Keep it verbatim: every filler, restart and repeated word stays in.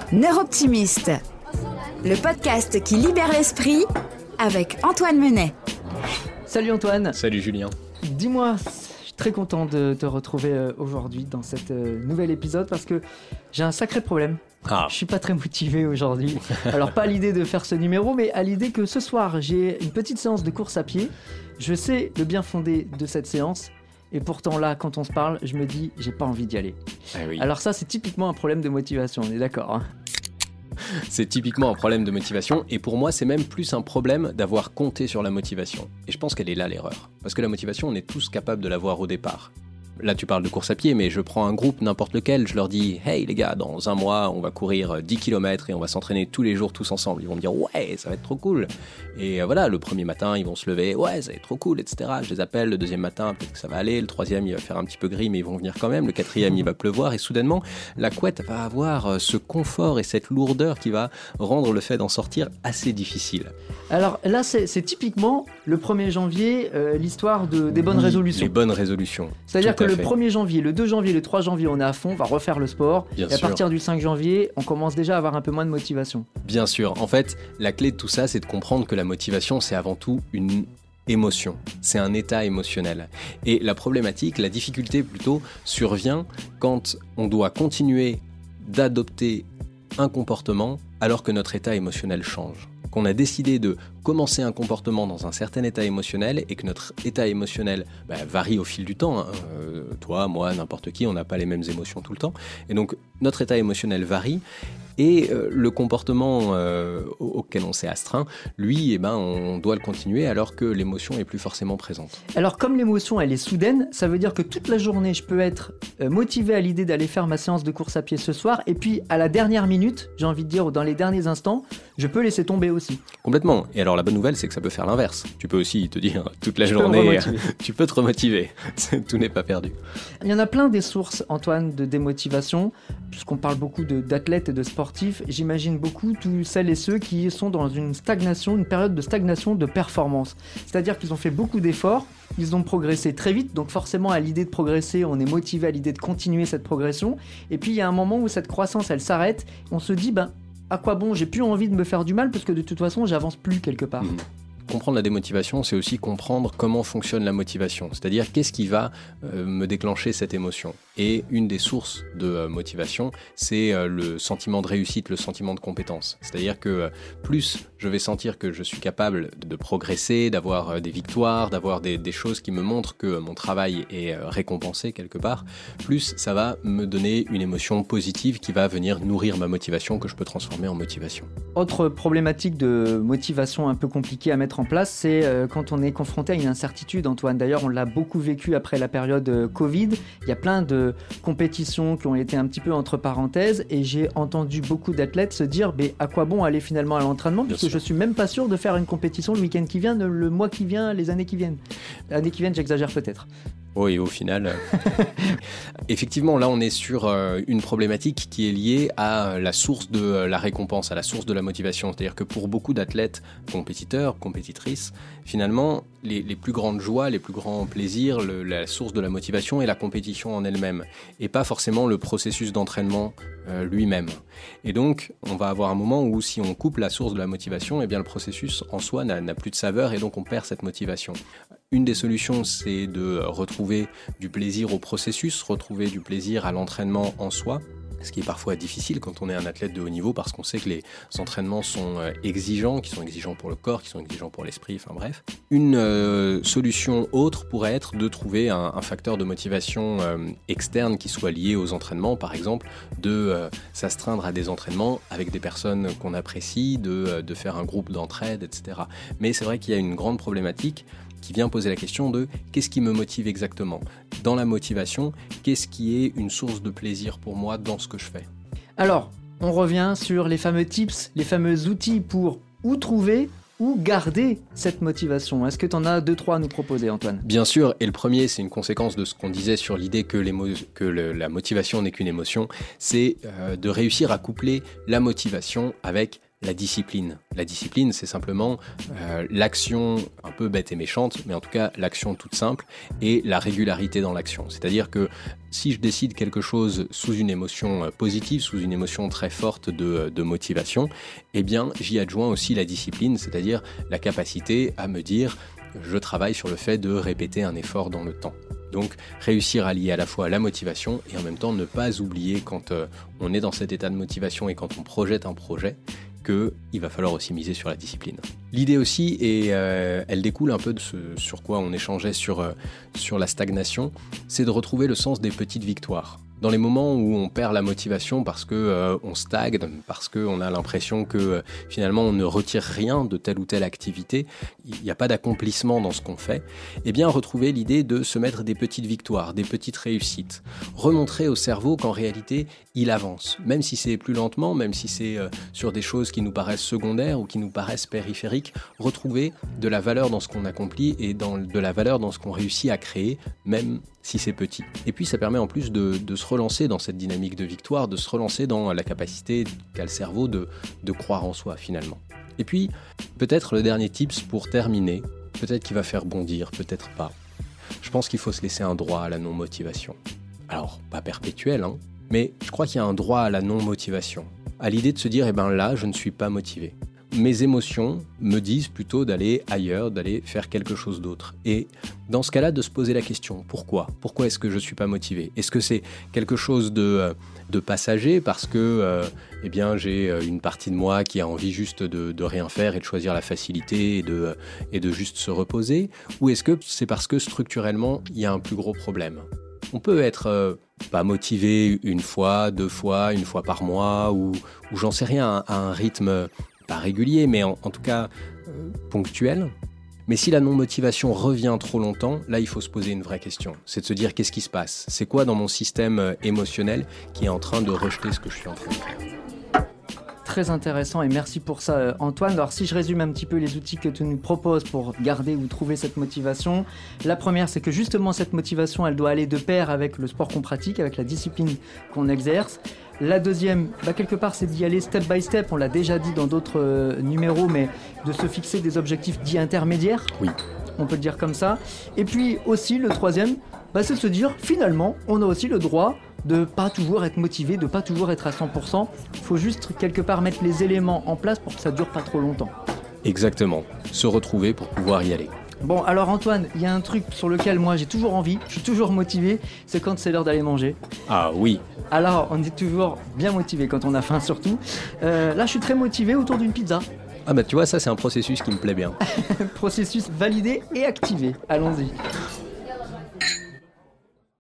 Neuroptimiste, le podcast qui libère l'esprit avec Antoine Menet. Salut Antoine. Salut Julien. Dis-moi, je suis très content de te retrouver aujourd'hui dans cet nouvel épisode parce que j'ai un sacré problème. Ah. Je suis pas très motivé aujourd'hui. Alors pas à l'idée de faire ce numéro, mais à l'idée que ce soir j'ai une petite séance de course à pied. Je sais le bien fondé de cette séance. Et pourtant là, quand on se parle, je me dis, j'ai pas envie d'y aller. Ah oui. Alors ça, c'est typiquement un problème de motivation, on est d'accord hein. C'est typiquement un problème de motivation, et pour moi, c'est même plus un problème d'avoir compté sur la motivation. Et je pense qu'elle est là l'erreur. Parce que la motivation, on est tous capables de l'avoir au départ. Là, tu parles de course à pied, mais je prends un groupe, n'importe lequel, je leur dis « Hey les gars, dans un mois, on va courir dix kilomètres et on va s'entraîner tous les jours tous ensemble. » Ils vont me dire « Ouais, ça va être trop cool. » Et voilà, le premier matin, ils vont se lever « Ouais, ça va être trop cool, et cetera » Je les appelle, le deuxième matin, peut-être que ça va aller. Le troisième, il va faire un petit peu gris, mais ils vont venir quand même. Le quatrième, il va pleuvoir. Et soudainement, la couette va avoir ce confort et cette lourdeur qui va rendre le fait d'en sortir assez difficile. Alors là, c'est, c'est typiquement le premier janvier, euh, l'histoire de, des bonnes oui, résolutions. Les bonnes résolutions. C'est-à-dire Tout que le fait. premier janvier, le deux janvier, le trois janvier, on est à fond, on va refaire le sport. Bien et à sûr. partir du cinq janvier, on commence déjà à avoir un peu moins de motivation. Bien sûr. En fait, la clé de tout ça, c'est de comprendre que la motivation, c'est avant tout une émotion. C'est un état émotionnel. Et la problématique, la difficulté plutôt, survient quand on doit continuer d'adopter un comportement alors que notre état émotionnel change. Qu'on a décidé de commencer un comportement dans un certain état émotionnel et que notre état émotionnel bah, varie au fil du temps. Hein. Euh, toi, moi, n'importe qui, on n'a pas les mêmes émotions tout le temps. Et donc, notre état émotionnel varie et euh, le comportement euh, auquel on s'est astreint, lui, eh ben, on doit le continuer alors que l'émotion est plus forcément présente. Alors comme l'émotion, elle est soudaine, ça veut dire que toute la journée, je peux être euh, motivé à l'idée d'aller faire ma séance de course à pied ce soir et puis à la dernière minute, j'ai envie de dire, ou dans les derniers instants, je peux laisser tomber aussi. Complètement. Et alors la bonne nouvelle, c'est que ça peut faire l'inverse. Tu peux aussi te dire toute la Je journée, tu peux te remotiver. Tout n'est pas perdu. Il y en a plein des sources, Antoine, de démotivation, puisqu'on parle beaucoup de, d'athlètes et de sportifs. J'imagine beaucoup tous celles et ceux qui sont dans une stagnation, une période de stagnation de performance. C'est-à-dire qu'ils ont fait beaucoup d'efforts, ils ont progressé très vite, donc forcément à l'idée de progresser, on est motivé à l'idée de continuer cette progression. Et puis il y a un moment où cette croissance, elle s'arrête, on se dit, ben, à quoi bon, j'ai plus envie de me faire du mal parce que de toute façon, j'avance plus quelque part. Mmh. Comprendre la démotivation, c'est aussi comprendre comment fonctionne la motivation, c'est-à-dire qu'est-ce qui va euh, me déclencher cette émotion. Et une des sources de euh, motivation, c'est euh, le sentiment de réussite, le sentiment de compétence. C'est-à-dire que euh, plus je vais sentir que je suis capable de progresser, d'avoir euh, des victoires, d'avoir des, des choses qui me montrent que euh, mon travail est euh, récompensé quelque part, plus ça va me donner une émotion positive qui va venir nourrir ma motivation que je peux transformer en motivation. Autre problématique de motivation un peu compliquée à mettre en place, c'est euh, quand on est confronté à une incertitude, Antoine. D'ailleurs, on l'a beaucoup vécu après la période euh, Covid. Il y a plein de compétitions qui ont été un petit peu entre parenthèses et j'ai entendu beaucoup d'athlètes se dire mais à quoi bon aller finalement à l'entraînement Bien puisque sûr. je suis même pas sûr de faire une compétition le week-end qui vient, le mois qui vient, les années qui viennent. L'année qui viennent, j'exagère peut-être. Oui, au final, euh... effectivement, là, on est sur euh, une problématique qui est liée à la source de euh, la récompense, à la source de la motivation. C'est-à-dire que pour beaucoup d'athlètes, compétiteurs, compétitrices, finalement, les, les plus grandes joies, les plus grands plaisirs, le, la source de la motivation est la compétition en elle-même, et pas forcément le processus d'entraînement euh, lui-même. Et donc, on va avoir un moment où, si on coupe la source de la motivation, eh bien, le processus en soi n'a, n'a plus de saveur, et donc on perd cette motivation. Une des solutions, c'est de retrouver du plaisir au processus, retrouver du plaisir à l'entraînement en soi, ce qui est parfois difficile quand on est un athlète de haut niveau parce qu'on sait que les entraînements sont exigeants, qui sont exigeants pour le corps, qui sont exigeants pour l'esprit, enfin bref. Une euh, solution autre pourrait être de trouver un, un facteur de motivation euh, externe qui soit lié aux entraînements, par exemple, de euh, s'astreindre à des entraînements avec des personnes qu'on apprécie, de, euh, de faire un groupe d'entraide, et cetera. Mais c'est vrai qu'il y a une grande problématique qui vient poser la question de qu'est-ce qui me motive exactement ? Dans la motivation, qu'est-ce qui est une source de plaisir pour moi dans ce que je fais ? Alors, on revient sur les fameux tips, les fameux outils pour où trouver ou garder cette motivation. Est-ce que tu en as deux, trois à nous proposer, Antoine ? Bien sûr, et le premier, c'est une conséquence de ce qu'on disait sur l'idée que, que le, la motivation n'est qu'une émotion, c'est euh, de réussir à coupler la motivation avec la discipline. La discipline, c'est simplement euh, l'action un peu bête et méchante, mais en tout cas l'action toute simple et la régularité dans l'action. C'est-à-dire que si je décide quelque chose sous une émotion positive, sous une émotion très forte de, de motivation, eh bien j'y adjoins aussi la discipline, c'est-à-dire la capacité à me dire je travaille sur le fait de répéter un effort dans le temps. Donc réussir à lier à la fois la motivation et en même temps ne pas oublier quand euh, on est dans cet état de motivation et quand on projette un projet qu'il va falloir aussi miser sur la discipline. L'idée aussi, et euh, elle découle un peu de ce sur quoi on échangeait sur, euh, sur la stagnation, c'est de retrouver le sens des petites victoires. Dans les moments où on perd la motivation parce qu'on euh, stagne, parce qu'on a l'impression que euh, finalement on ne retire rien de telle ou telle activité, il n'y a pas d'accomplissement dans ce qu'on fait, eh bien retrouver l'idée de se mettre des petites victoires, des petites réussites. Remontrer au cerveau qu'en réalité il avance, même si c'est plus lentement, même si c'est euh, sur des choses qui nous paraissent secondaires ou qui nous paraissent périphériques, retrouver de la valeur dans ce qu'on accomplit et dans, de la valeur dans ce qu'on réussit à créer, même si c'est petit. Et puis ça permet en plus de, de se relancer dans cette dynamique de victoire, de se relancer dans la capacité qu'a le cerveau de, de croire en soi finalement. Et puis, peut-être le dernier tips pour terminer, peut-être qu'il va faire bondir, peut-être pas. Je pense qu'il faut se laisser un droit à la non-motivation. Alors, pas perpétuel, hein, mais je crois qu'il y a un droit à la non-motivation. À l'idée de se dire, eh ben là, je ne suis pas motivé. Mes émotions me disent plutôt d'aller ailleurs, d'aller faire quelque chose d'autre. Et dans ce cas-là, de se poser la question, pourquoi ? Pourquoi est-ce que je ne suis pas motivé ? Est-ce que c'est quelque chose de, de passager parce que euh, eh bien, j'ai une partie de moi qui a envie juste de, de rien faire et de choisir la facilité et de, et de juste se reposer ? Ou est-ce que c'est parce que structurellement, il y a un plus gros problème ? On peut être euh, pas motivé une fois, deux fois, une fois par mois, ou, ou j'en sais rien, à un rythme pas régulier, mais en, en tout cas euh, ponctuel. Mais si la non-motivation revient trop longtemps, là il faut se poser une vraie question. C'est de se dire qu'est-ce qui se passe ? C'est quoi dans mon système euh, émotionnel qui est en train de rejeter ce que je suis en train de faire ? Très intéressant et merci pour ça Antoine. Alors si je résume un petit peu les outils que tu nous proposes pour garder ou trouver cette motivation, la première c'est que justement cette motivation elle doit aller de pair avec le sport qu'on pratique, avec la discipline qu'on exerce. La deuxième, bah quelque part, c'est d'y aller step by step, on l'a déjà dit dans d'autres euh, numéros, mais de se fixer des objectifs dits intermédiaires. Oui. On peut le dire comme ça. Et puis aussi, le troisième, bah, c'est de se dire, finalement, on a aussi le droit de pas toujours être motivé, de pas toujours être à cent pour cent. Il faut juste quelque part mettre les éléments en place pour que ça dure pas trop longtemps. Exactement. Se retrouver pour pouvoir y aller. Bon, alors Antoine, il y a un truc sur lequel moi j'ai toujours envie, je suis toujours motivé, c'est quand c'est l'heure d'aller manger. Ah oui. Alors, on est toujours bien motivé quand on a faim surtout. Euh, là, je suis très motivé autour d'une pizza. Ah bah tu vois, ça c'est un processus qui me plaît bien. Processus validé et activé. Allons-y.